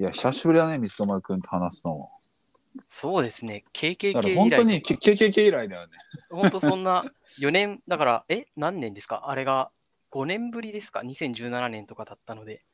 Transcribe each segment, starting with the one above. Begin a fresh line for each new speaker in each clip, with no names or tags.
いや、久しぶりだね、三笘くんと話すのも。
そうですね。
だから
KKK 以
本当に
来とか、
KKK 以来だよね。
本当そんな4年、だから、何年ですかあれが5年ぶりですか？ 2017 年とかだったので。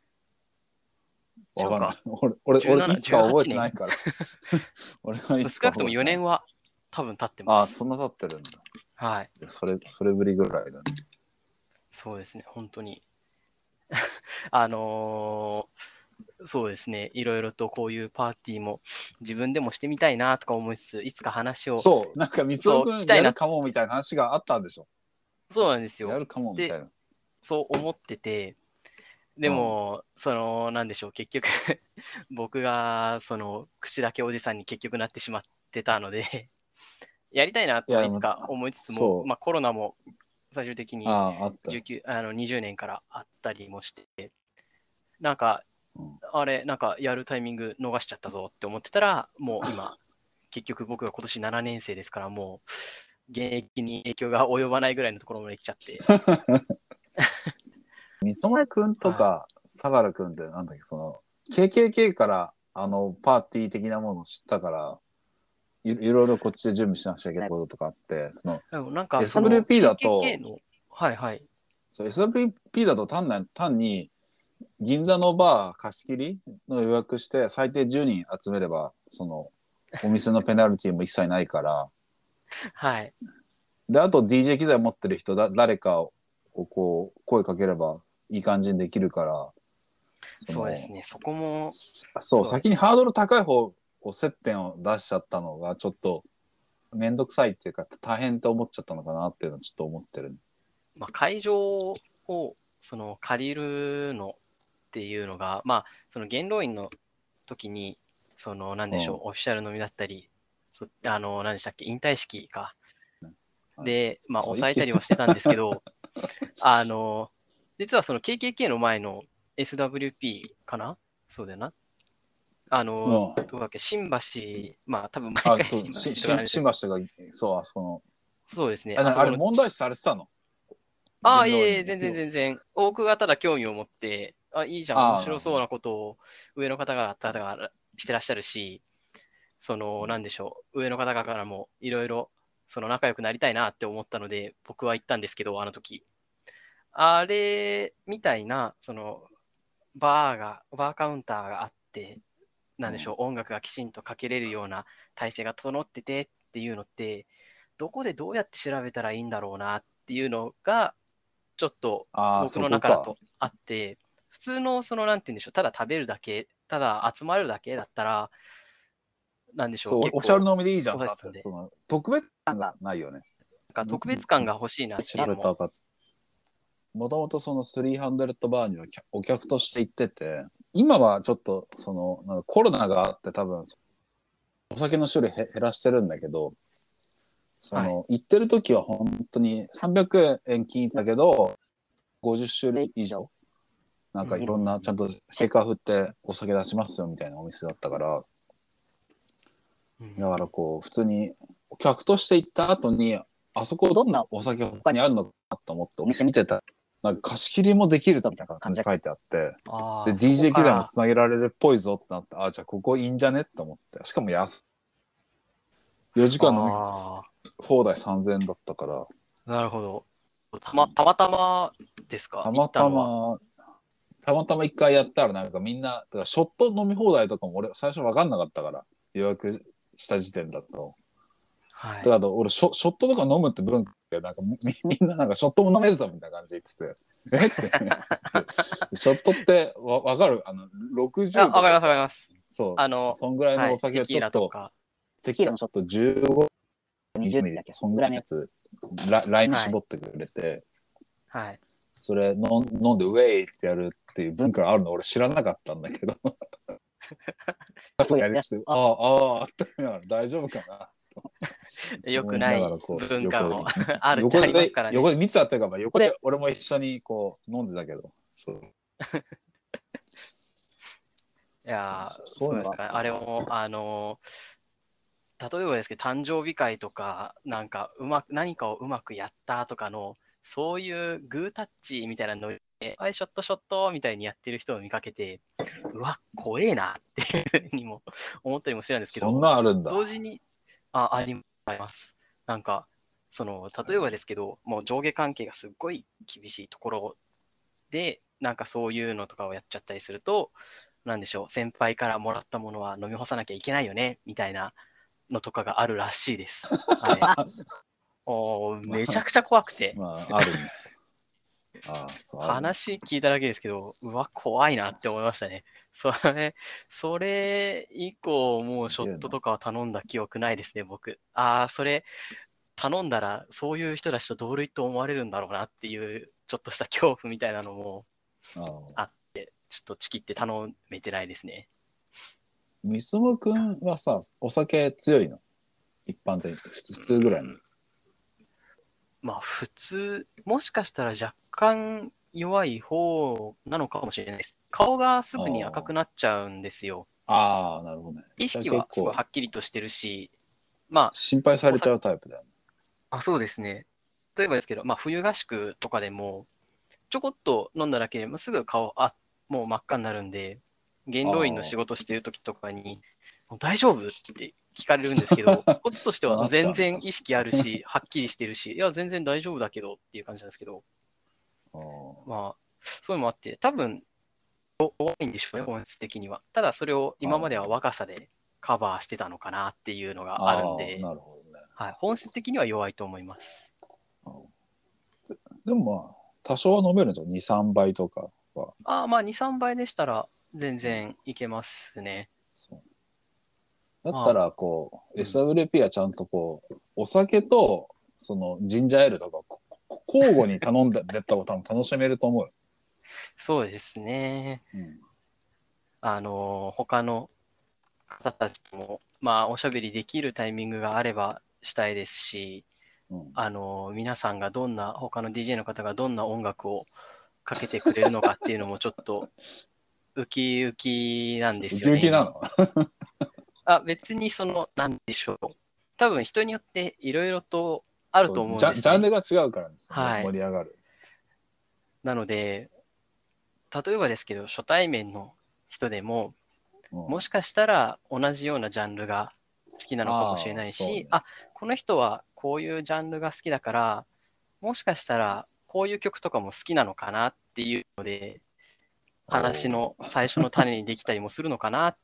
違
わかんない。
うか。
俺い
17、
つか覚え
18年。
てないから。俺はいつか
少なくとも
覚えてない。
4年は多分経ってま
ああ、
す。
そんな経ってるんだ。
はい。
それぶりぐらいだね。
そうですね。本当に。あのそうですね。いろいろとこういうパーティーも自分でもしてみたいなとか思いつつ、いつか話を、
そう、なんか三
そう、
尾くん
聞きたいな。
やるかもみたいな話があったんでしょ。
そうなんですよ。
やるかもみた
で、
いな。
そう思ってて、で
うん。
も、なんでしょう、結局僕が、口だけおじさんに結局なってしまってたのでやりたいな
いや、
とはいつか思いつつも、
そう。
まあコロナも最終的に
ああ、あった。
19、20年からあったりもして、なんか、
うん、
あれ、なんかやるタイミング逃しちゃったぞって思ってたら、もう今、結局僕が今年7年生ですから、もう、現役に影響が及ばないぐらいのところまで来ちゃって。
三笘くんと
はい。
か相良くんってなんだっけ、KKK からパーティー的なものを知ったから、いろいろこっちで準備しなくちゃいけないこととかあって、
でもなんか、
SWP だ
KKK
と、
の、はいはい。
SWP だと単に銀座のバー貸し切りの予約して最低10人集めれば、お店のペナルティも一切ないから、
はい。
で、あと DJ 機材持ってる人誰かをこう、声かければいい感じにできるから、その、
そうですね。そこも、
そう、
そうですね。
先にハードル高い方を接点を出しちゃったのがちょっとめんどくさいっていうか大変と思っちゃったのかなっていうのをちょっと思ってる。
まあ、会場を、借りるのっていうのが、まあ、元老院の時に、なんでしょう、
うん。
オフィシャル飲みだったり、何でしたっけ、引退式か。
はい、
で、まあ、
そう、一気に
抑えたりはしてたんですけど、あの、実はその KKK の前の SWP かなそうだよな。
うん。
どうだっけ、新橋、まあ、多分毎
あ、
回
そう、
新橋とかなんですよ。
新橋が、そう、あそこの、
そうですね。
あれ
あそこの
問題視されてたの？
ああ、
元
いえいえ、
老院に。
全然全然。多くがただ興味を持って、あ、いいじゃん、面
ああ、なるほど。
白そうなことを上の方がしてらっしゃるし、なんでしょう、上の方々からもいろいろ、仲良くなりたいなって思ったので、僕は行ったんですけど、あの時。あれみたいな、バーカウンターがあって、なんでしょう、音楽がきちんとかけれるような体制が整っててっていうのって、どこでどうやって調べたらいいんだろうなっていうのが、ちょっと
ああ、
僕の
そこか。
中だとあって、普通のなんて言うんでしょう、ただ食べるだけ、ただ集まるだけだったら、なんでしょう、
そう、オフィシャル
結構、
のみでいいじゃん。だって、
おさんで、
特別感がないよね。
なんか特別感が欲しいなっていうのも、
調べたか。もともとその300バーにはお客として行ってて、今はちょっと、なんかコロナがあって多分、お酒の種類減らしてるんだけど、
はい。
行ってる時は本当に300円均一だけど、50種類以上、なんかいろんな、ちゃんとシェイカー振ってお酒出しますよみたいなお店だったから、
うん、
だからこう、普通にお客として行った後に、あそこどんなお酒他にあるのかなと思ってお店見てたら、なんか貸し切りもできるぞみたいな感じで書いてあって、で、
ああ、そこ
DJ 機材も
から、
つなげられるっぽいぞってなって、あ、じゃあここいいんじゃねって思って。しかも4時間飲み
あ
放題3000円だったから、
あ、なるほど。たまたまですか、行っ
たま
たのは。
たま、たまたま一回やったらなんかみんな、だからショット飲み放題とかも俺最初分かんなかったから、予約した時点だと。
はい。
だから俺ショットとか飲むって文化で、なんかみんななんかショットも飲めるぞみたいな感じで言ってて、ショットってわかる
あ、
?60
わかります、わかり
度とか、
ます。
そう、そんぐらいの
はい、
お酒
テキー
をちょっと、
ラとか、
テキーラのショット15、20ミリだっけ、そんぐらいのやつ、ライム
はい、
絞ってくれて、
はい。
それ飲んでウェイってやるっていう文化があるの俺知らなかったんだけど、そうやりだして、って大丈夫かな
良く
思い
ない
ながらこう、
文化もあるってありますからね。
横で見てたっていうか、まあ、横で俺も一緒にこう飲んでたけど、そう。
いやー、
そういうのがあっ
そうですかね。
たな。
あれも、例えばですけど、誕生日会とか、何かをうまくやったとかの、そういうグータッチみたいなのはい、ショットショットみたいにやってる人を見かけて、うわ、怖えなっていうふうにも思ったりもしてるんですけど、
そんなあるんだ。
同時に、あります。なんか、例えばですけど、もう上下関係がすっごい厳しいところで、なんかそういうのとかをやっちゃったりすると、なんでしょう、先輩からもらったものは飲み干さなきゃいけないよね、みたいなのとかがあるらしいです。はい。めちゃくちゃ怖くて。
まあ、あるね。そうあるね。
話聞いただけですけど、うわ、怖いなって思いましたね。それ以降、もうショットとかは頼んだ記憶ないですね、僕。それ、頼んだら、そういう人たちと同類と思われるんだろうなっていう、ちょっとした恐怖みたいなのもあって、ちょっとチキって頼めてないですね。
みすもくんはさ、お酒強いの？一般的に。普通ぐらいの。
まあ、普通、もしかしたら若干弱い方なのかもしれないです。顔がすぐに赤くなっちゃうんですよ。
なるほどね。
意識はすごいはっきりとしてるし、まあ、
心配されちゃうタイプだよね。
そうですね。例えばですけど、まあ、冬合宿とかでも、ちょこっと飲んだだけで、すぐ顔、もう真っ赤になるんで、元老院の仕事してる時とかに、もう大丈夫って聞かれるんですけど、こっちとしては全然意識あるし、はっきりしてるし、いや、全然大丈夫だけどっていう感じなんですけど、まあ、そういうのもあって、多分、弱いんでしょうね、本質的には。ただ、それを今までは若さでカバーしてたのかなっていうのがあるんで、
なるほどね。
はい、本質的には弱いと思います。
でもまあ、多少は飲めると2、3倍とかは。
まあ、2、3倍でしたら全然いけますね。
だったら、SWP はちゃんとお酒と、その、ジンジャーエールとか、交互に頼んでった方が多分楽しめると思うよ。
そうですね。他の方たちとも、まあ、おしゃべりできるタイミングがあればしたいですし、皆さんが他の DJ の方がどんな音楽をかけてくれるのかっていうのもちょっとウキウキなんですよね。
ウキウキなの？
別になんでしょう。多分人によっていろいろとあると思うんですね。
ジャンルが違うからね、
はい、
盛り上がる。
なので、例えばですけど、初対面の人でも、もしかしたら同じようなジャンルが好きなのかもしれないし、この人はこういうジャンルが好きだから、もしかしたらこういう曲とかも好きなのかなっていうので、話の最初の種にできたりもするのかなって、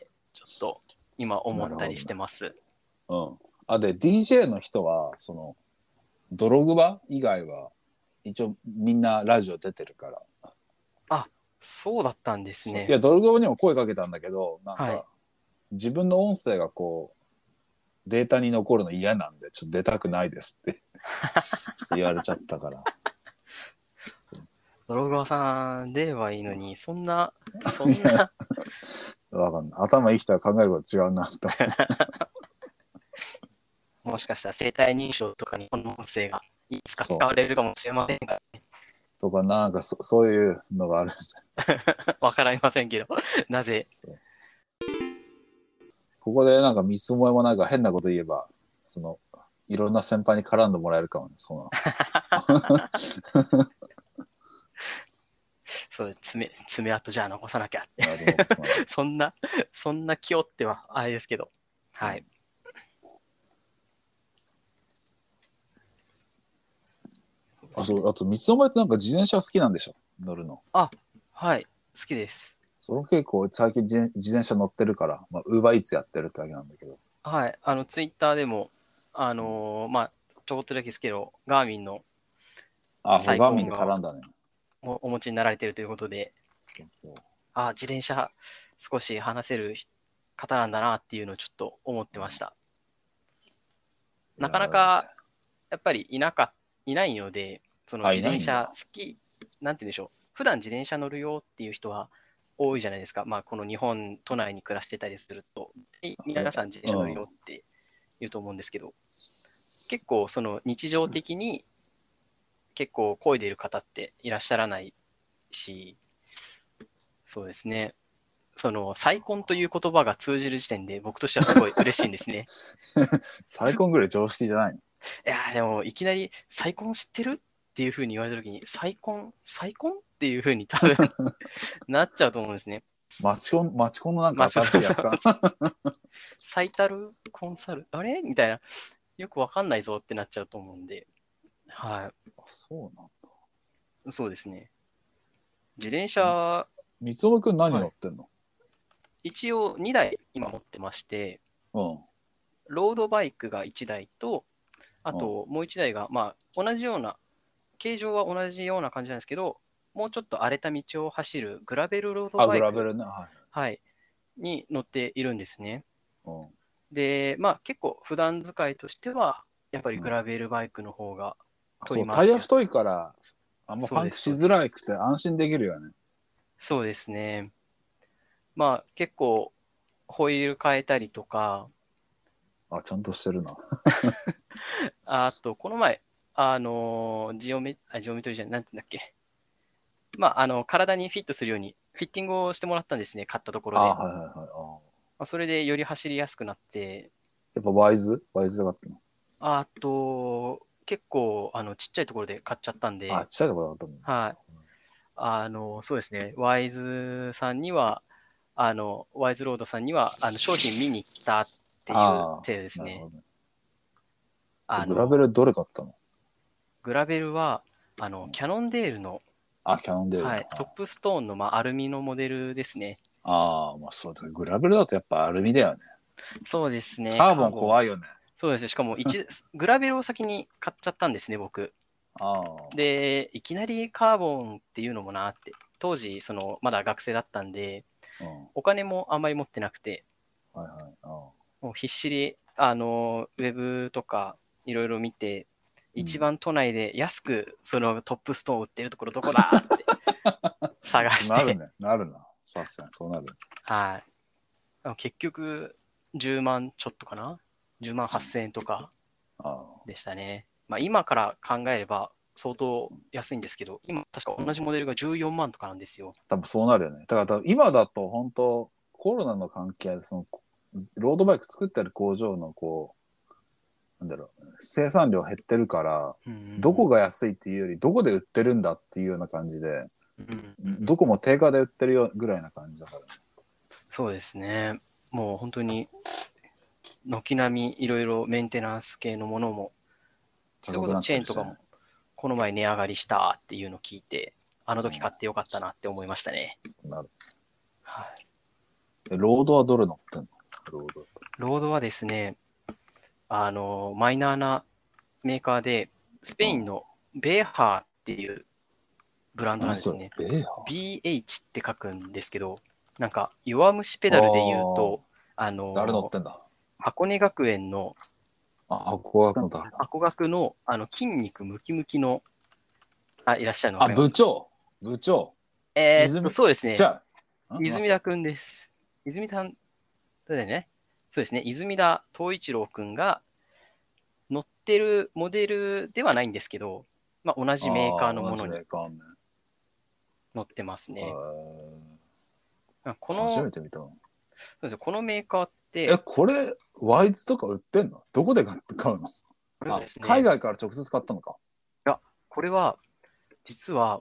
ちょっと今思ったりしてます。
で、DJ の人は、ドログバ以外は、一応みんなラジオ出てるから。
そうだったんですね。
いや、ドログバにも声かけたんだけど、なんか、自分の音声がデータに残るの嫌なんで、ちょっと出たくないですって言われちゃったから。
ドログバさん出ればいいのに、そんな。
わかんない。頭いい人は考えること違うなと。
もしかしたら生体認証とかにこの音声がいつか使われるかもしれませんが、ね。
とか、なんかそういうのがある。
わかりませんけど、なぜ。
ここでなんか見積もりもなんか変なこと言えば、いろんな先輩に絡んでもらえるかもね、
そう爪痕じゃあ残さなきゃって。そんな気負ってはあれですけど。はい。
あと、三つお前ってなんか自転車好きなんでしょ？乗るの。
はい。好きです。
その結構最近自転車乗ってるから、ウーバーイーツやってるってわけなんだけど。
はい。ツイッターでも、ちょこっとだけですけど、ガーミンの
ガーミンで絡んだね。
お持ちになられてるということで、自転車少し話せる方なんだなっていうのをちょっと思ってました。なかなか、やっぱりいないので、自転車好き、なんて言うんでしょう。普段自転車乗るよっていう人は多いじゃないですか。この日本都内に暮らしてたりすると、皆さん自転車乗るよって言うと思うんですけど、結構日常的に結構漕いでいる方っていらっしゃらないし、そうですね。再婚という言葉が通じる時点で僕としてはすごい嬉しいんですね。
再婚ぐらい常識じゃないの？
いや、でもいきなり再婚知ってるっていう風に言われたときに、再婚っっていう風に多分なっちゃうと思うんですね。
マチコンのなんか新しいやつか。
サイタルコンサル、あれみたいな。よくわかんないぞってなっちゃうと思うんで。は
そうなんだ。
い。そうですね。自転車、
三つくん何乗ってんの？
一応2台今持ってまして、
うん。
ロードバイクが1台と、あともう1台が、まあ、同じような、形状は同じような感じなんですけど、もうちょっと荒れた道を走るグラベルロード
あ、
バイク、
グラベルね。は
はい、に乗っているんですね。
い。うん。
で、まあ結構普段使いとしては、やっぱりグラベルバイクの方が
そう、
取り回しやすい。
タイヤ太いから、あんま
そうです、
パンクし
そうです。
づらくて安心できるよね。
そうですね。まあ結構ホイール変えたりとか、
あ、ちゃんとしてるな。
あとこの前、ジオメトリじゃない、なんて言うんだっけ。まあ体にフィットするようにフィッティングをしてもらったんですね、買ったところ
あ、
で。
はいはいはい。あ、
まあ、それでより走りやすくなって、
やっぱワイズがあったの？
あと、結構ちっちゃいところで買っちゃったん
あ、
で、
ちっちゃいところだったの？
はい。そうですね、ワイズさんには、ワイズロードさんには、商品見に行ったっていう
ああ、
手ですね。
なるほどね。
あの、
グラベルどれ買ったの？
グラベルは、キャノンデールの、
あ、キャノンデールの。
はい、トップストーンの、まあ、アルミのモデルですね。
ああ、まあそうだ。グラベルだとやっぱアルミだよね。
そうですね、
カーボン怖いよね。
そうですね、しかもグラベルを先に買っちゃったんですね、僕。
ああ。
で、いきなりカーボンっていうのもなって、当時、まだ学生だったんで、
うん。
お金もあんまり持ってなくて、
はいはい。あ
もう必死に、ウェブとかいろいろ見て、一
うん
番都内で安くそのトップストーン売ってるところどこだって探して、
なるね。なるな。確かにそうなる。
はい。結局、10万ちょっとかな？ 10 万8000円とか
ああ。
でしたね。まあ今から考えれば相当安いんですけど、今確か同じモデルが14万とかなんですよ。
多分そうなるよね。だから多分今だと本当コロナの関係でロードバイク作ってる工場のなんだろう、生産量減ってるから、
うんうん
どこが安いっていうよりどこで売ってるんだっていうような感じで、
うんうんうん、
どこも定価で売ってるよぐらいな感じだからね。
そうですね。もう本当に軒並みいろいろメンテナンス系のものも、それこそ
高くなったりしてね。
チェーンとかもこの前値上がりしたっていうのを聞いて、あの時買
う
ってよかったなって思いましたね。
ん、なる。
はい、
ロードはどれ乗ってんの？ロード。
ロードはですね、マイナーなメーカーで、スペインのベーハーっていうブランドなん
何それ？
ですね。
ベーハ
BH って書くんですけど、なんか弱虫ペ
ー？
ダルで言う
ああ。
と、
誰乗ってんだ？
箱根学園の、
あ、こうのだ。
箱学の筋肉ムキムキの、いらっしゃるの分
あ、
かりますか？
部長。泉、
そうですね。
じゃあ、
泉田くんです。泉田だよね。そうですね。泉田東一郎くんが乗ってるモデルではないんですけど、まあ、同じメーカー
ああ、同じ
のものに
メーカーね。
乗ってますね。こ
初
の、
めて見たの。
そうですね、このメーカーって、
これ、ワイズとか売ってんの？どこで買うの？
これはですね、
海外から直接買ったのか。
いや、これは、実は、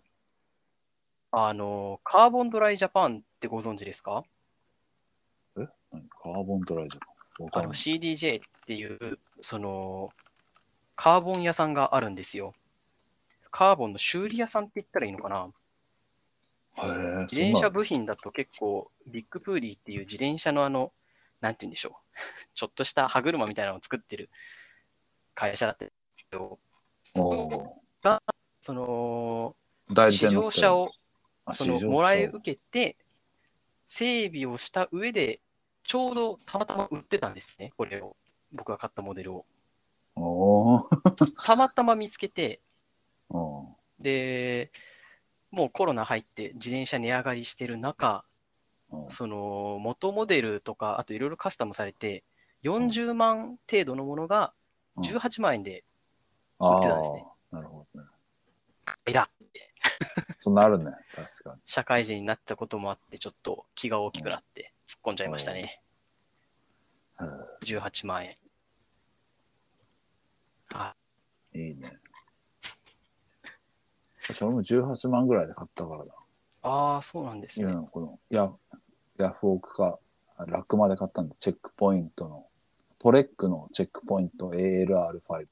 カーボンドライジャパンってご存知ですか？
何カーボンドライジャー。わかんない。
CDJ っていう、カーボン屋さんがあるんですよ。カーボンの修理屋さんって言ったらいいのかな？
へえ、
自転車
そんなの。
部品だと結構、ビッグプーリーっていう自転車のなんて言うんでしょう。ちょっとした歯車みたいなのを作ってる会社だったんですけど、そこ
お
が、その、
代理
試
店乗ってる。
乗車を、
市場
もらい
車。
受けて、整備をした上で、ちょうどたまたま売ってたんですね、これを。僕が買ったモデルを。
おー。
たまたま見つけて、
お
で、もうコロナ入って自転車値上がりしてる中、
ー
元モデルとか、あといろいろカスタムされて、
うん
40万程度のものが
うん
18万円で
あ
売ってたんですね。
あ、なるほどね。
いや、
そうなるね。確かに。
社会人になったこともあって、ちょっと気が大きくなって突っ込んじゃいましたね。18万円。
いいね。 それも18万ぐらいで買ったからな。
ああ、そうなんですね。
今のこのヤフオクか、ラックまで買ったんで、チェックポイントの、トレックのチェックポイント ALR5。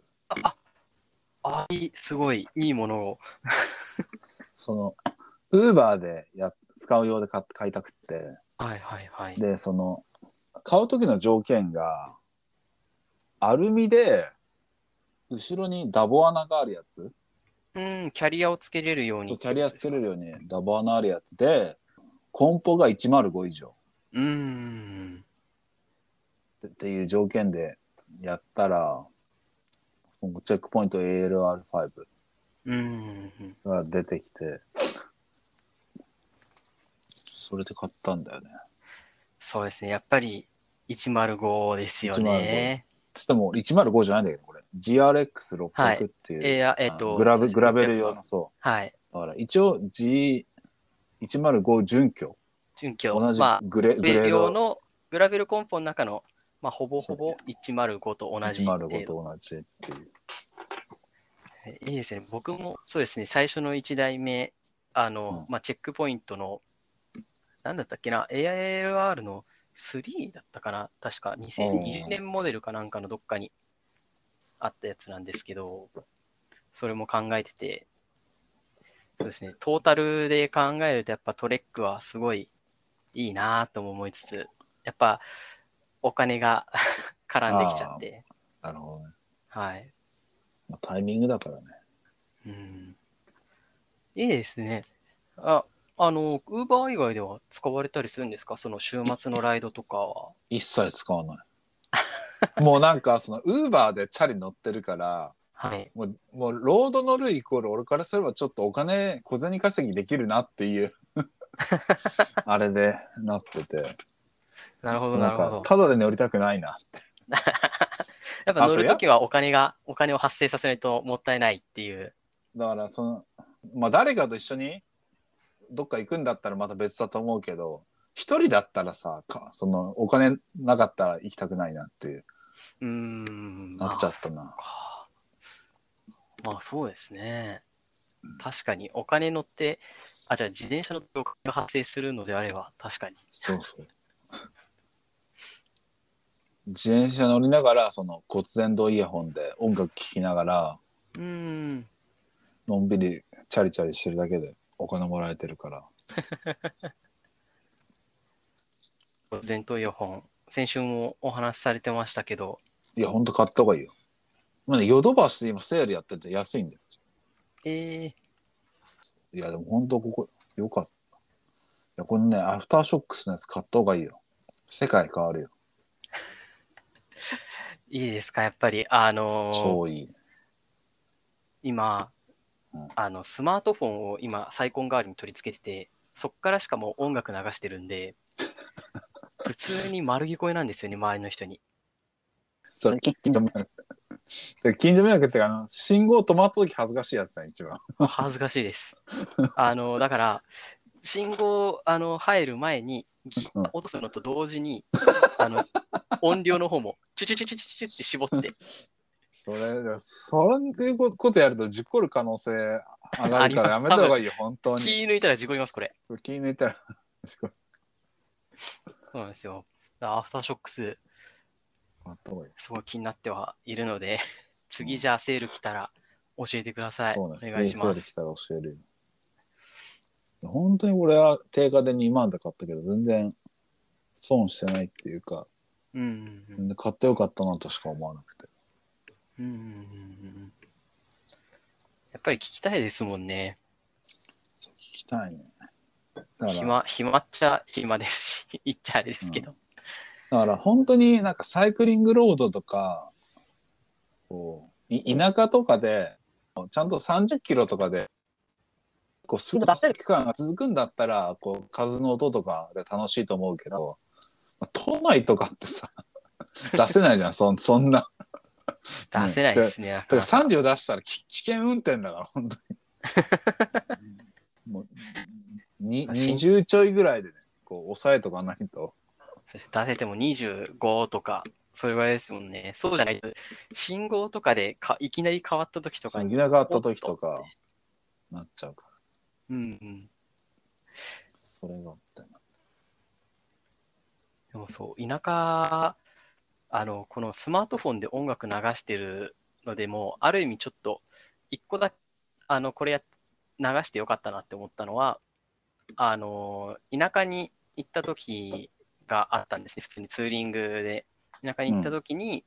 すごいいいものを。
その、ウーバーで使うようで買いたくって、
はいはいはい。
で、買う時の条件が、アルミで、後ろにダボ穴があるやつ、
キャリアをつけれるようにっ
キャリアつ
てことですか？
けれるようにダボ穴あるやつで、コンポが105以上っていう条件でやったら、チェックポイント ALR5 が出てきて、それで買ったんだよね。
そうですね。やっぱり105ですよ
105。
ね。
つっても105じゃないんだけど、これ。
はい。
GRX600 っていう、
そうです
グラベル
600の。
用の、そう。
はい。
だから一応 G105 準拠。
準拠。
同じ
まあ、
グレード。
グラベルコンポの中の、まあ、ほぼほ
そう
ぼ105と同じ
105
程度。
と同じっていう。
いいですね。僕もそうですね。最初の1台目、まあ、チェックポイントの、なんだったっけな、AILR の3だったかな、確か2020年モデルかなんかのどっかにあったやつなんですけど、それも考えてて、そうですね、トータルで考えるとやっぱトレックはすごいいいなとも思いつつ、やっぱお金が絡んできちゃって。
なるほどね。
はい。
まあ、タイミングだからね。
いいですね。ウーバー以外では使われたりするんですか？その週末のライドとかは。
一切使わない。もうなんか、ウーバーでチャリ乗ってるから、
はい。
もうロード乗るイコール、俺からすればちょっと小銭稼ぎできるなっていうあれでなってて。
なるほど、
なんか、
なるほど。
ただで乗りたくないな。
やっぱ乗るときはお金を発生させないともったいないっていう。
だから、まあ、誰かと一緒にどっか行くんだったらまた別だと思うけど、一人だったらさ、お金なかったら行きたくないなっていう、なっちゃったな。
まあそうですね。確かにお金乗って、じゃあ自転車乗ってお金が発生するのであれば、確かに。
そうそう。自転車乗りながら、骨伝導イヤホンで音楽聴きながら、のんびりチャリチャリしてるだけでお金もらえてるから。
骨伝導イヤホン、先週もお話しされてましたけど。
いや、ほんと買った方がいいよ。まあね、ヨドバシで今セールやってて安いんだよ。いや、でもほんとここ、よかった。いや、このね、アフターショックスのやつ買った方がいいよ。世界変わるよ。
いいですか、やっぱり。
超いい。
今、スマートフォンを今、サイコン代わりに取り付けてて、そっからしかもう音楽流してるんで、普通に丸聞こえなんですよね、周りの人に。
それ、近所迷惑。近所迷惑ってか、信号止まった時恥ずかしいやつじゃん、一番。
恥ずかしいです。だから、信号、入る前に、ギター落とすのと同時に、音量の方も、チュチュチュチュチュチュって絞って。
そういうことやると事故る可能性上がるからやめた方がいいよ、本当に。
気抜いたら事故ります、これ。
気抜いたら事故る。
そうなんですよ。アフターショックス、すごい気になってはいるので、次じゃあセール来たら教えてください。
そうね、
お願いします。
セール来たら教えるよ。本当に俺は定価で2万で買ったけど、全然損してないっていうか、買ってよかったなとしか思わなくて。
やっぱり聞きたいですもんね。
聞きたいね。
暇っちゃ暇ですし、言っちゃあれですけど。
だから本当になんかサイクリングロードとか、田舎とかで、ちゃんと30キロとかで、スピード出せる期間が続くんだったら、風の音とかで楽しいと思うけど、都内とかってさ、出せないじゃん、そんな。
出せないですね。
だから30出したら危険運転だから、本当に。もう20ちょいぐらいでね、抑えとかないと。
出せても25とか、それぐらいですもんね。そうじゃないと、信号とかでいきなり変わった時とかに。
いきなり変わった時とか。 なっちゃうから。
うんうん。
それがあってな。
でもそう、田舎、このスマートフォンで音楽流してるのでも、ある意味ちょっと、一個だけ、これ流してよかったなって思ったのは、田舎に行った時があったんですね。普通にツーリングで。田舎に行った時に、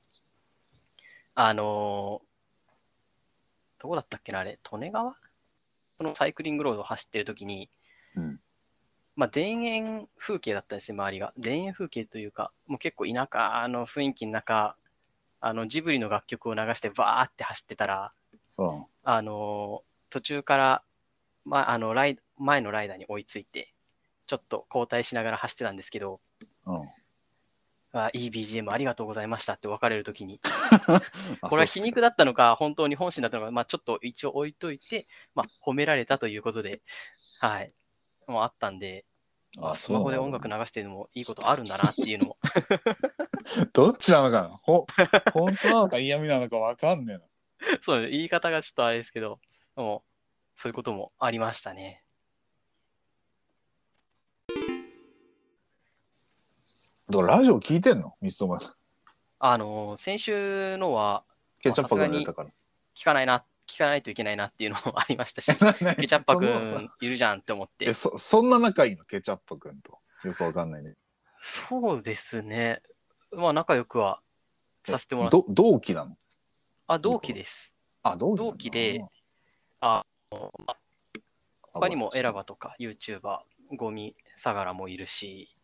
どこだったっけな、あれ、利根川このサイクリングロードを走ってる時に、
うん。
まあ、田園風景だったんですね、周りが。田園風景というか、もう結構田舎の雰囲気の中、ジブリの楽曲を流してバーって走ってたら、
うん。
途中から、ま、前のライダーに追いついて、ちょっと交代しながら走ってたんですけど、
うん。
いい BGM ありがとうございましたって別れるときに、
あ、
これは皮肉だったのか、本当に本心だったのか、まあ、ちょっと一応置いといて、まあ、褒められたということで、はい、もうあったんで、
あ、
スマホで音楽流してるのもいいことあるんだなっていうのも。
どっちなのかな本当なのか嫌味なのかわかんねえな。
そう、言い方がちょっとあれですけど、もう、そういうこともありましたね。
だからラジオ聞いてんの三つとも。
先週のは、
ケチャッパ
さすがに
君が出たから。
聞かないといけないなっていうのもありましたし、ケチャッパくんいるじゃんって思って。
そんな仲いいのケチャッパ君と。よくわかんないね。
そうですね。まあ、仲良くはさせてもらって、
同期なの？
同期です。
あ、同期な
同
んだ。
期で、他にもエラバとか YouTuber、ゴミ、サガラもいるし、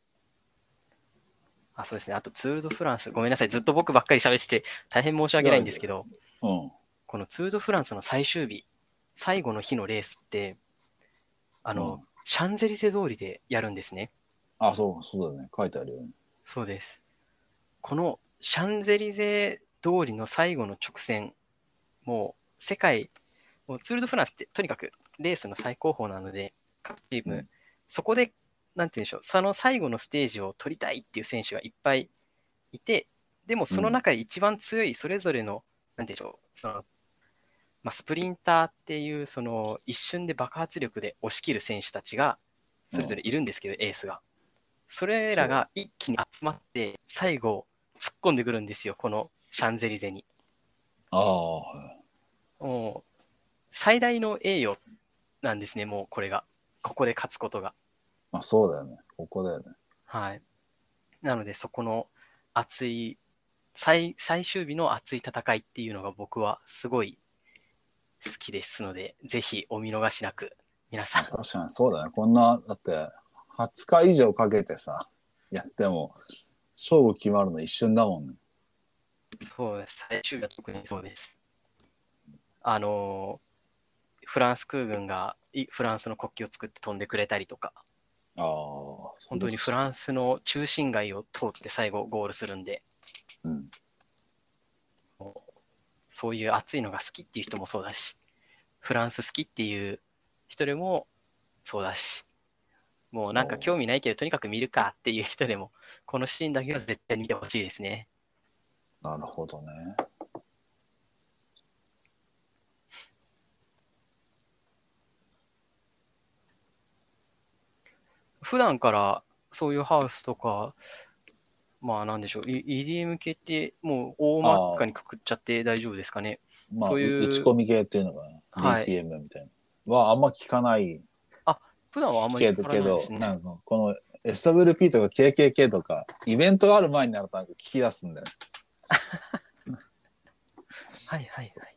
そうですね。あとツール・ド・フランス、ごめんなさい。ずっと僕ばっかり喋ってて大変申し訳ないんですけど、
うん。
このツール・ド・フランスの最終日、最後の日のレースって、
うん。
シャンゼリゼ通りでやるんですね。
あ、そうだね。書いてあるよね。
そうです。このシャンゼリゼ通りの最後の直線、もう世界、もうツール・ド・フランスってとにかくレースの最高峰なので、各チーム、そこで、なんて言うんでしょう、その最後のステージを取りたいっていう選手がいっぱいいて、でもその中で一番強いそれぞれの、なんて言うんでしょう、スプリンターっていう、その一瞬で爆発力で押し切る選手たちが、それぞれいるんですけど、エースが。それらが一気に集まって、最後、突っ込んでくるんですよ、このシャンゼリゼに。
ああ、はい。
もう、最大の栄誉なんですね、もうこれが。ここで勝つことが。
まあそうだよね。ここだよね。
はい。なので、そこの熱い、最終日の熱い戦いっていうのが僕はすごい好きですので、ぜひお見逃しなく、皆さん。
確かにそうだね。こんな、だって、20日以上かけてさ、やっても、勝負決まるの一瞬だもんね。
そうです。最終日は特にそうです。あの、フランス空軍がフランスの国旗を作って飛んでくれたりとか、
ああ、そういう
本当にフ
こと
ランスの中心街を通って最後ゴールするんで、
うん。
そういう熱いのが好きっていう人もそうだし、フランス好きっていう人でもそうだし、もうなんか興味ないけどとにかく見るかっていう人でも、このシーンだけは絶対見てほしいですね。
なるほどね。
普段からそういうハウスとか、まあなんでしょう、EDM 系ってもう大まっかにくくっちゃって大丈夫ですかね。
まあ、
そう
打ち
いう、
込み系っていうのかな。
はい。
DTM みたいな。はあんま聞かない
普段はあんまり
けど、
かからないですね。
なんかこの SWP とか KKK とか、イベントがある前になるとなんか聞き出すんだよ。
はいはいはい。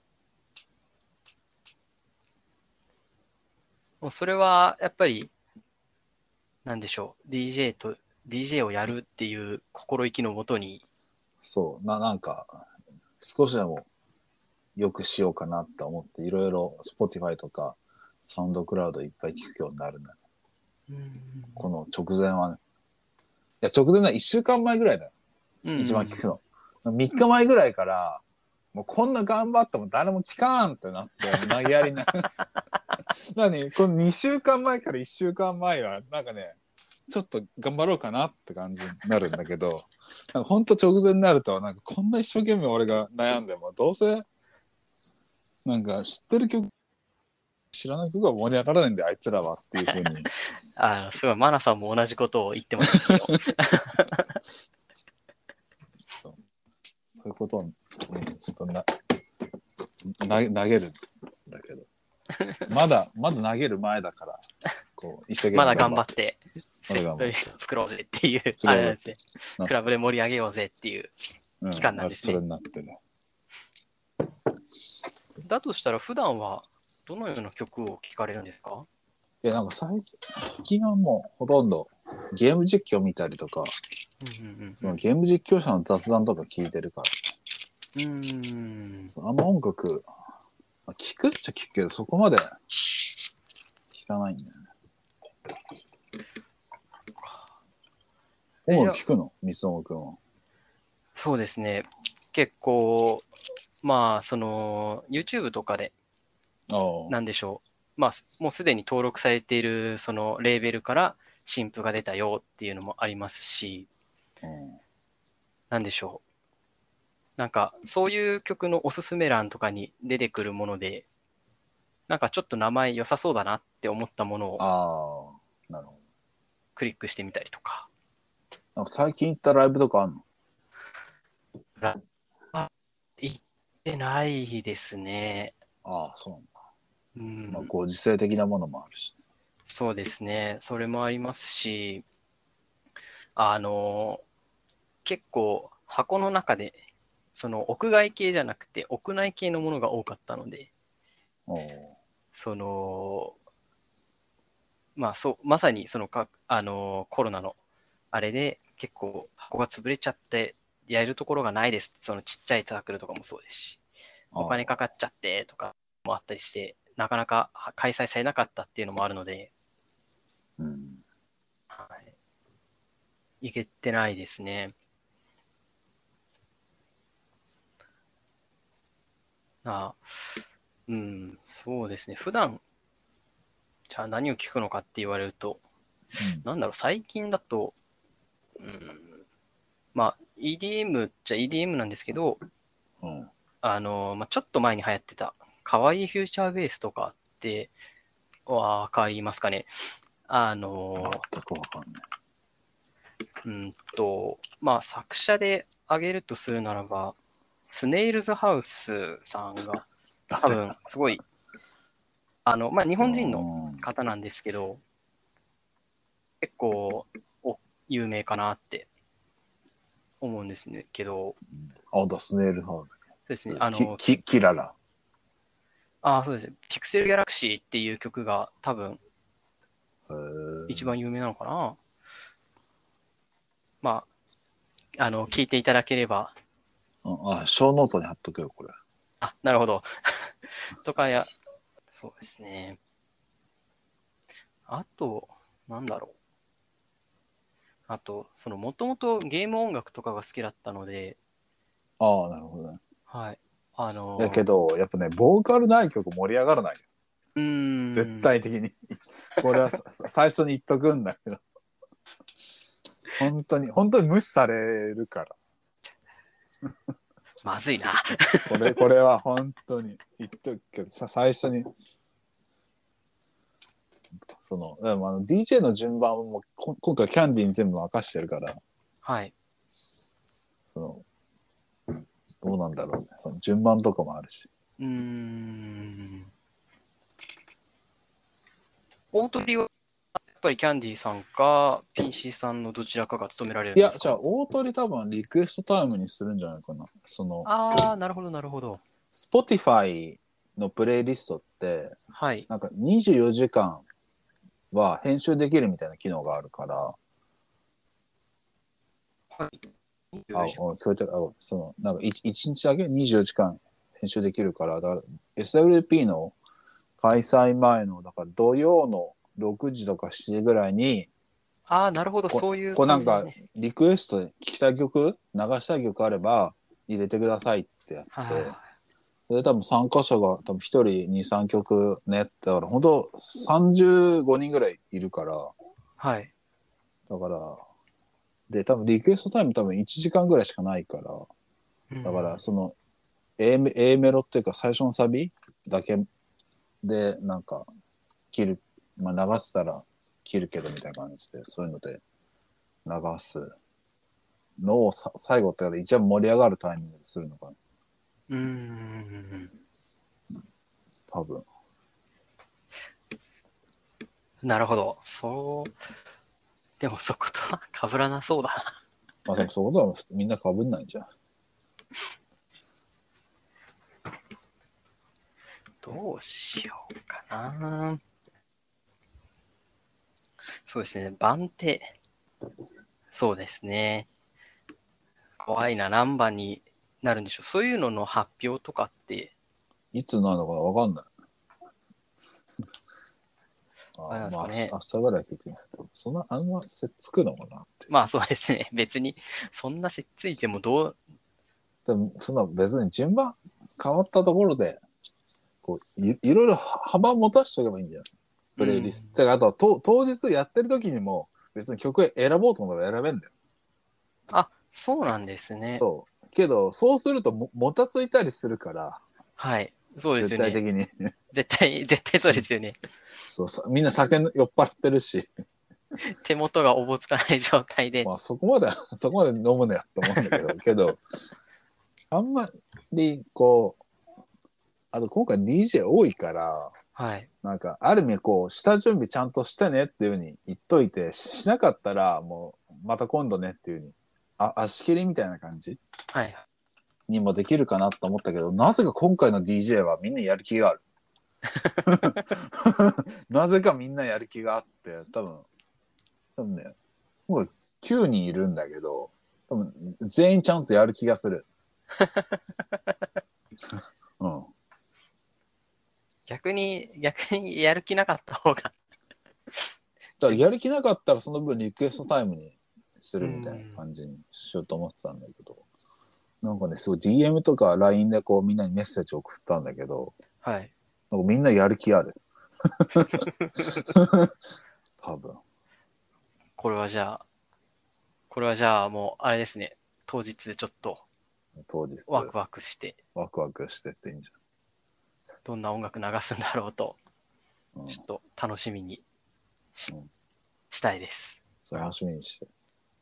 もうそれはやっぱり、なんでしょう、DJ をやるっていう心意気のもとに、
そう、なんか、少しでもよくしようかなって思って、いろいろ Spotify とか、サウンドクラウドいっぱい聞くようになるんだよ。この直前はね。いや、直前は1週間前ぐらいだよ。一番聞くの。3日前ぐらいから、もうこんな頑張っても誰も聞かんってなって、投げやりになる。何この2週間前から1週間前は、なんかね、ちょっと頑張ろうかなって感じになるんだけど、なんかほんと直前になると、なんかこんな一生懸命俺が悩んでも、どうせ、なんか知ってる曲知らない曲は盛り上がらないんで、あいつらはっていうふうに。
すごい、マナさんも同じことを言ってますけど。
そういうことを、ちょっと投げるんだけど。まだ投げる前だから、こう、一生懸命
まだ頑張って、
まだ頑張って
作ろうぜっていう、
作ろうぜ
あれなんですね。クラブで盛り上げようぜっていう期間なんですね。
それになってる。
だとしたら、普段はどのような曲を聴かれるんですか？
いや、なんか最近はもうほとんどゲーム実況見たりとか、ゲーム実況者の雑談とか聞いてるから。あんま音楽、聞くっちゃ聞くけど、そこまで聞かないんだよね。音楽聞くの？三友くんは。
そうですね。結構、まあ、その、YouTube とかで、なんでしょう。まあ、もうすでに登録されている、その、レーベルから新譜が出たよっていうのもありますし、なんでしょう。なんか、そういう曲のおすすめ欄とかに出てくるもので、なんかちょっと名前良さそうだなって思ったものを、
なるほど。
クリックしてみたりとか。
なんか最近行ったライブとかあんの？
行ってないですね。
そうなんだ。まあ、ご時世的なものもあるし。
そうですね。それもありますし、結構箱の中で、その屋外系じゃなくて屋内系のものが多かったので、その、まさにそのコロナのあれで結構箱が潰れちゃってやれるところがないですって、そのちっちゃいサークルとかもそうですし、お金かかっちゃってとかもあったりして、なかなか開催されなかったっていうのもあるので、はい、いけてないですね。そうですね。普段、じゃあ何を聞くのかって言われると、なんだろう、最近だと、まあ、EDM っちゃ EDM なんですけど、ちょっと前に流行ってた、かわいいフューチャーベースとかってわかりますかね？
全くわかんない。
まあ、作者で挙げるとするならば、スネイルズハウスさんが、多分、すごい、まあ、日本人の方なんですけど、結構、有名かなって思うんですね、けど。
スネイルハウ
ス。そう
ですね。キララ。
そうですね。ピクセルギャラクシーっていう曲が多分、一番有名なのかな。まあ、聞いていただければ。
小ノートに貼っとくよ、これ。
なるほど。とかそうですね。あと、なんだろう。あと、もともとゲーム音楽とかが好きだったので。
なるほどね。
はい。
だけど、やっぱね、ボーカルない曲盛り上がらないよ。絶対的に。これは最初に言っとくんだけど。本当に無視されるから。
まずいな。
これは本当に言っとくけど最初に。DJ の順番も今回キャンディーに全部任してるから。
はい。
どうなんだろうね。その順番とかもあるし。
大鳥はやっぱりキャンディーさんか PC さんのどちらかが務められるんですか？
じゃあ大鳥多分リクエストタイムにするんじゃないかな。
なるほどなるほど。
Spotify のプレイリストって、
はい、
なんか24時間は編集できるみたいな機能があるから。
はい。
聞こえてる。なんか1日だけ24時間編集できるから、だから SWP の開催前の、だから土曜の6時とか7時ぐらいに、
なるほど、そういう感じですね。
なんかリクエストで聞きたい曲、流したい曲あれば入れてくださいってやって、それで多分参加者が多分1人2、3曲ね、だから本当35人ぐらいいるから、
はい。
だから、で、多分リクエストタイム多分1時間ぐらいしかないから、だからA メロっていうか最初のサビだけで、なんか、切る、まあ流したら切るけどみたいな感じで、そういうので流すのを最後ってかで一番盛り上がるタイミングでするのかな。多分。
なるほど。そう、でもそことは被らなそうだな。
まあでもそういうことはみんな被んないじゃん。
どうしようかな。そうですね。番手。そうですね。怖いな。何番になるんでしょう。そういうのの発表とかって、
いつなのかわかんない。
あれなんです
まあ
かね。
明日ぐらい聞いてみると、そんなあんませっつくのかなって。
まあそうですね。別に、そんなせっついてもどう、
でもそんな別に順番変わったところで、こういろいろ幅持たしておけばいいんじゃない？プレイリスト。あとは当日やってる時にも別に曲選ぼうと思えば選べんだよ。
あ、そうなんですね。
そう。けど、そうするともたついたりするから、
はい。そうです
絶
よね。
対的に。
絶対そうですよね。
そうさ、みんな酒酔っ払ってるし、
手元がおぼつかない状態で。
まあそこまで飲むねやと思うんだけど、あんまりこう、あと今回 DJ 多いから、
はい。
なんかある意味こう、下準備ちゃんとしてねっていうふうに言っといて、しなかったらもうまた今度ねっていうふうに、足切りみたいな感じ
はい。
にもできるかなと思ったけど、なぜか今回の DJ はみんなやる気がある。なぜかみんなやる気があって、多分ね、もう9人いるんだけど、多分全員ちゃんとやる気がする。うん。
逆にやる気なかった方が。
だからやる気なかったらその分リクエストタイムにするみたいな感じにしようと思ってたんだけど、なんかね、すごい DM とか LINE でこうみんなにメッセージ送ったんだけど、
はい。
なんかみんなやる気ある。多分。
これはじゃあもう、あれですね。当日ちょっと
当日
ワクワクして、
ワクワクしてっていいんじ
どんな音楽流すんだろうと、
ゃん。うん、
ちょっと楽しみにし,、
うん
たいです。
楽しみにして。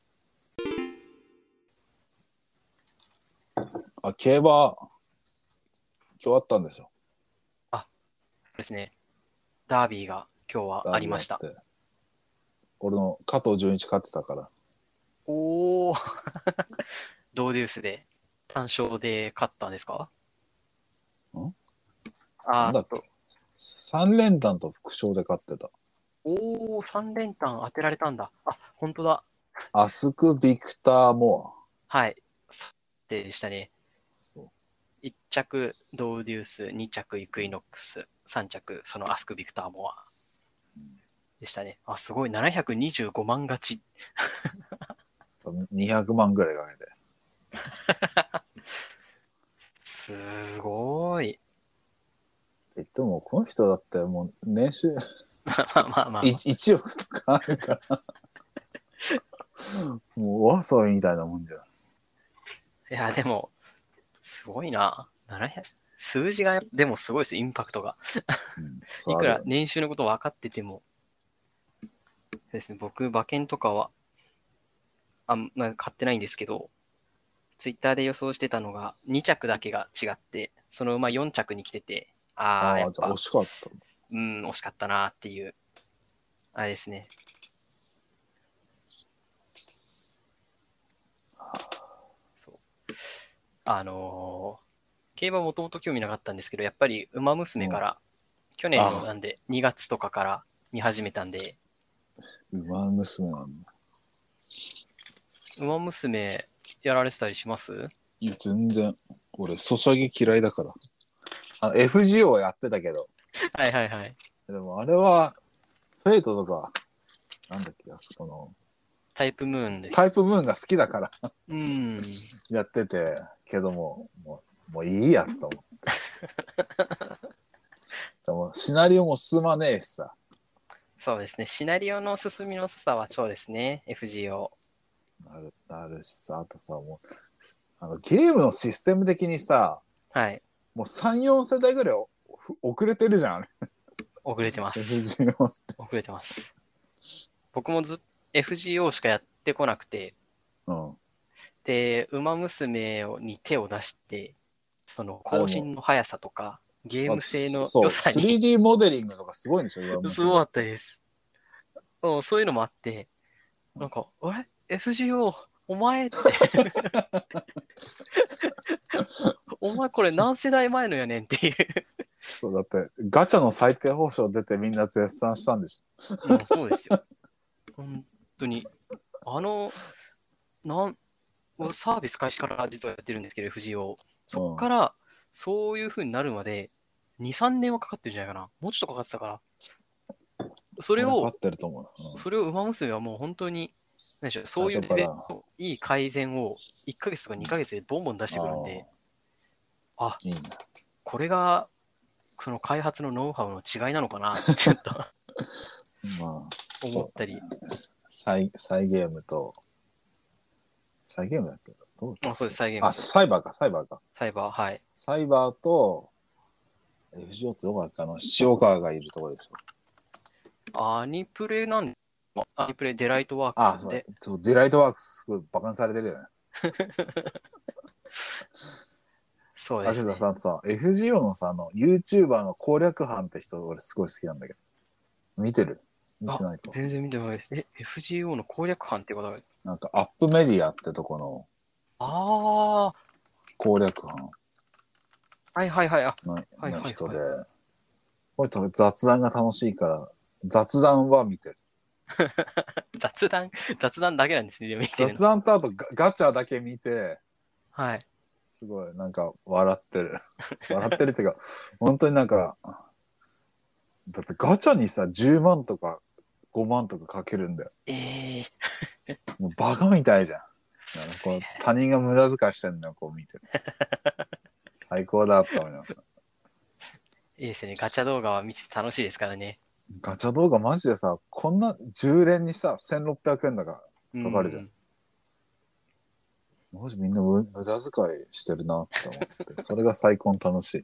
競馬、今日あったんでしょ。
ですね。ダービーが今日はありました。
ダービーあって。俺の加藤純一勝ってたから。
おー。ドーデュースで単勝で勝ったんですか？
なんだっけ ?3 連単と副賞で勝ってた。
おー、3連単当てられたんだ。あ、本当だ。
アスク・ビクター・モ
はい。でしたね。
ア。そう
1着ドーデュース、2着イクイノックス、3着そのアスク・ビクター・モアでしたね。あ、すごい。725万勝ち。
200万ぐらいかけて。
すごい。
って言っても、この人だってもう年収
まあまあまあ、
1億とかあるから。もうお遊びみたいなもんじゃん。
いや、でも、すごいな。数字が、でもすごいです。インパクトが。いくら年収のこと分かってても。ですね、僕、馬券とかは、買ってないんですけど、ツイッターで予想してたのが、2着だけが違って、その馬4着に来てて、やっ
じゃあ惜
ぱ、
しかった。
惜しかったなっていう、あれですね。そう。競馬もともと興味なかったんですけど、やっぱり馬娘から、去年のなんで2月とかから見始めたんで。
馬娘なんだ。
馬娘やられてたりします？
全然。俺、ソシャゲ嫌いだから。FGO やってたけど。
はいはいはい。
でもあれは、フェイトとか、なんだっけ、この、
タイプムーンです。
タイプムーンが好きだから
うん
やってて、けどもういいやと思って。でもシナリオも進まねえしさ。
そうですね。シナリオの進みの遅さはそうですね。FGO。
なるしさ、あとさ、もう、ゲームのシステム的にさ、
はい。
もう3、4世代ぐらい遅れてるじゃん。
遅れてます。
FGO。
遅れてます。僕もFGO しかやってこなくて、
うん。
で、馬娘に手を出して、その
あ、でも、
更新の速さとか、ゲー
あ
ム性の良
そう、
さに
3D モデリングとかすごいんでしょ、上
すごか
娘って。
ったです。そういうのもあって、なんか、FGO、お前ってお前これ何世代前のやねんっていう
そう、だって、ガチャの最低報酬出てみんな絶賛したんでし
もうそうですよ。本当に。あの、なんサービス開始から実はやってるんですけど、FGO。そっ
ょ。
からそういう風になるまで2、3年はかかってるんじゃないかな。もうちょっとかかってたから。そ
うん。俺、か
れを、
かってると思うな。うん。
それを馬娘はもう本当に、何でしょう、そ
最
ういうレベル
初から。
のいい改善を1ヶ月とか2ヶ月でボンボン出し
あ
てくるんで、
あ、
あ、
いいね。
これがその開発のノウハウの違いなのかなってちょっと
まあ、
思ったり。
サイゲームと、サイゲームだっけどうだっけ
そうです、再現
あ、
です。
サイバーか、サイバーか。
サイバー、はい。
サイバーと、FGO ってどこだっけ塩川がいるところでしょ。
アニプレなんで、アニプレデライトワーク
あ、
スで、
そう、デライトワークスすごいバカにされてるよね。あ、けど
そうですね。
さ、FGO のさ、YouTuber の攻略班って人、俺すごい好きなんだけど。見てる見てないか。
全然見てないです。FGO の攻略班ってことが、
なんか、アップメディアってとこの
あ
攻略班
はいはいはい、
の、
はいはい
人で、
はい。
これと雑談が楽しいから、雑談は見てる。
雑談、雑談だけなんですね、見てるの。
雑談とあとガチャだけ見て、
はい。
すごいなんか笑ってる。笑ってるっていうか、本当になんか、だってガチャにさ、10万とか5万とかかけるんだよ。
ええ
もうバカみたいじゃん。こう他人が無駄遣いしてんのをこう見てる。最高だと思いながら。
いいですね。ガチャ動画は見てて楽しいですからね。
ガチャ動画マジでさ、こんな10連にさ、1600円だからかかるじゃん。マジみんな無駄遣いしてるなって思って、それが最高に楽しい。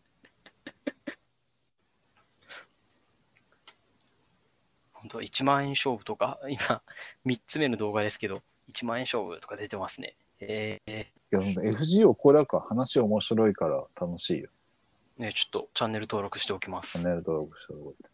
本当1万円勝負とか、今、3つ目の動画ですけど、1万円勝負とか出てますね。
いや、FGO 攻略は話面白いから楽しいよ。
ね、ちょっとチャンネル登録しておきます。
チャンネル登録しておいて。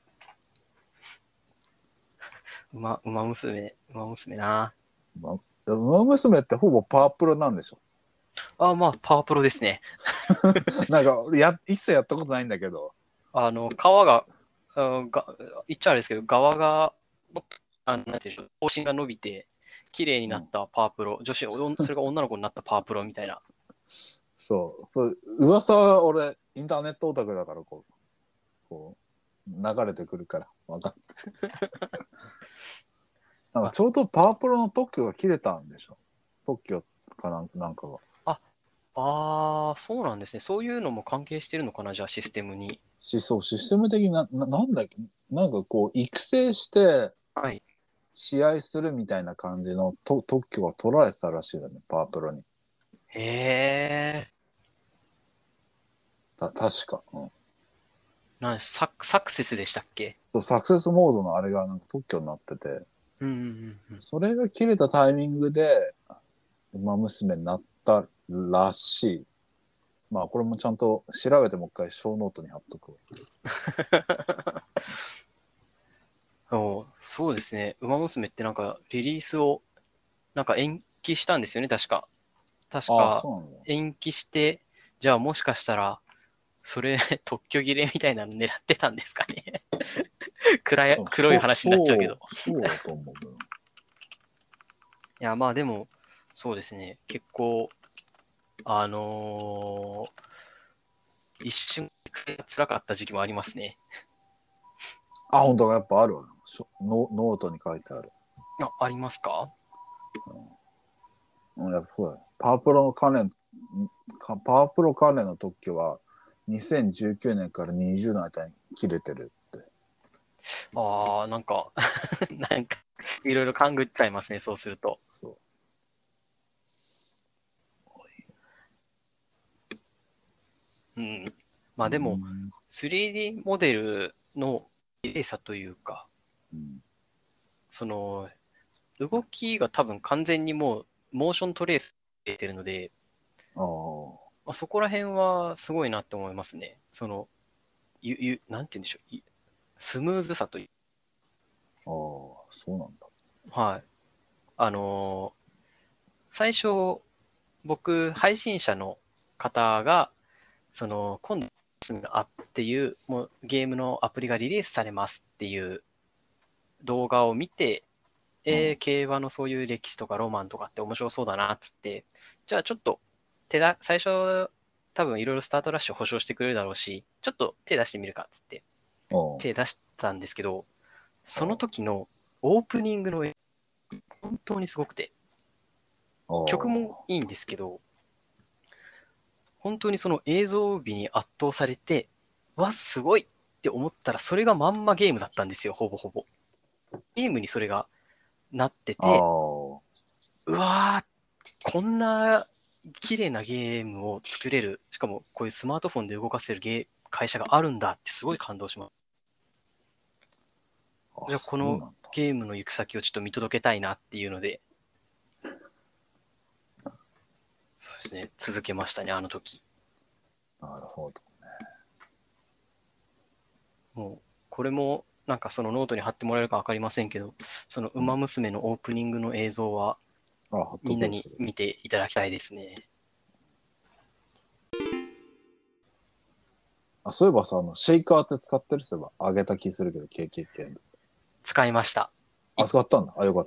馬娘な。
まあ、ウマ娘ってほぼパワープロなんでしょ。
まあ、パワープロですね。
なんか、一切やったことないんだけど。
川が、言っちゃあれですけど、側が、なんていうんでしょう、方針が伸びて、綺麗になったパワープロ、それが女の子になったパワープロみたいな。
そう、噂は俺、インターネットオタクだから、流れてくるから、わかんなんかちょうどパワープロの特許が切れたんでしょ。特許かなんかが。
そうなんですね。そういうのも関係してるのかな、じゃあシステムに。
そう、システム的になんだっけ、なんかこう、育成して
はい。
試合するみたいな感じの特許が取られてたらしいよね、パワープロに。
へえ。
確か。うん。
サクセスでしたっけ？
そう、サクセスモードのあれがなんか特許になってて、
うん。
それが切れたタイミングで、馬娘になったらしい。まあ、これもちゃんと調べてもう一回小ノートに貼っとくわ。
そうですね。馬娘ってなんかリリースをなんか延期したんですよね、確か。確
ああ、
か
そうなんだ。
延期して、じゃあもしかしたら、それ特許切れみたいなの狙ってたんですかね。黒い話になっちゃうけど。
そうだと思う。
いや、まあでも、そうですね。結構、あの一瞬辛かった時期もありますね。
あ、本当だ、やっぱあるわ。ノートに書いてある。
ありますか？
うん、やっぱそうだよ。パワープロ関連の特許は2019年から20の間に切れてるって。
なんかなんか、いろいろ勘ぐっちゃいますね、そうすると。
そう。
まあでも、3D モデルの綺麗さというか、
うん。
その、動きが多分完全にもう、モーショントレース出てるので、
ああ。
まあ、そこら辺はすごいなって思いますね。なんて言うんでしょう。スムーズさという
ああ、そうなんだ。
はい。最初、僕、配信者の方が、今度、アップっていう、もうゲームのアプリがリリースされますっていう動画を見て、競馬のそういう歴史とかロマンとかって面白そうだなっつって、じゃあちょっと最初多分いろいろスタートラッシュ保証してくれるだろうし、ちょっと手出してみるかっつって手出したんですけど、その時のオープニングの本当にすごくて、曲もいいんですけど、本当にその映像美に圧倒されて、わ、すごいって思ったらそれがまんまゲームだったんですよ、ほぼほぼ。ゲームにそれがなってて、うわー、こんな綺麗なゲームを作れる、しかもこういうスマートフォンで動かせる会社があるんだってすごい感動します。じゃあこのゲームの行く先をちょっと見届けたいなっていうので、そうですね、続けましたね、あの時。
なるほどね。
もう、これもなんかそのノートに貼ってもらえるか分かりませんけど、その馬娘のオープニングの映像は、みんなに見ていただきたいですね。
そういえばさ、シェイカーって使ってる？そういえば、あげた気するけど、KKK。
使いました。
使ったんだ。よかった。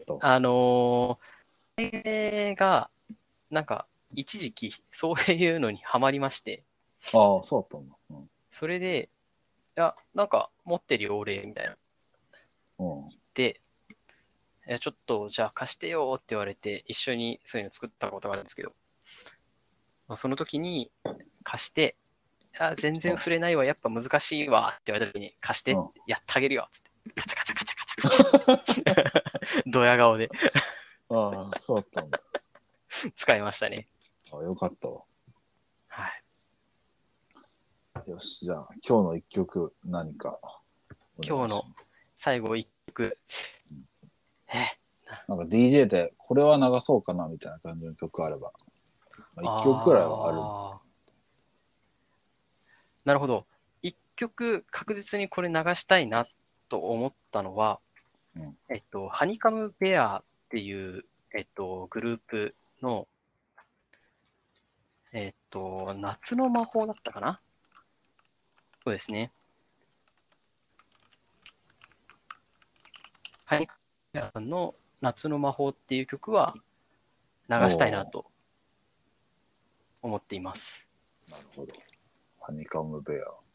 が、なんか、一時期、そういうのにハマりまして。
そうだったんだ。
それで、いや、なんか、持ってるよ、俺、みたいな。言って、いや、ちょっと、じゃあ貸してよって言われて、一緒にそういうの作ったことがあるんですけど、その時に貸して、全然触れないわ、やっぱ難しいわって言われた時に、貸して、やってあげるよ、つって。カチャカチャカチャカチャカチャ。ドヤ顔で。
そうだったんだ。
使いましたね。
よかったわ。
はい。
よし、じゃあ、今日の一曲、何か。
今日の最後一曲。
なんか DJ で、これは流そうかな、みたいな感じの曲あれば。一曲くらいはある。
なるほど。一曲確実にこれ流したいなと思ったのは、ハニカムベアっていう、グループの、夏の魔法だったかな？そうですね。ハニカムベアの夏の魔法っていう曲は流したいなと思っています。
なるほど。ハニカムベア。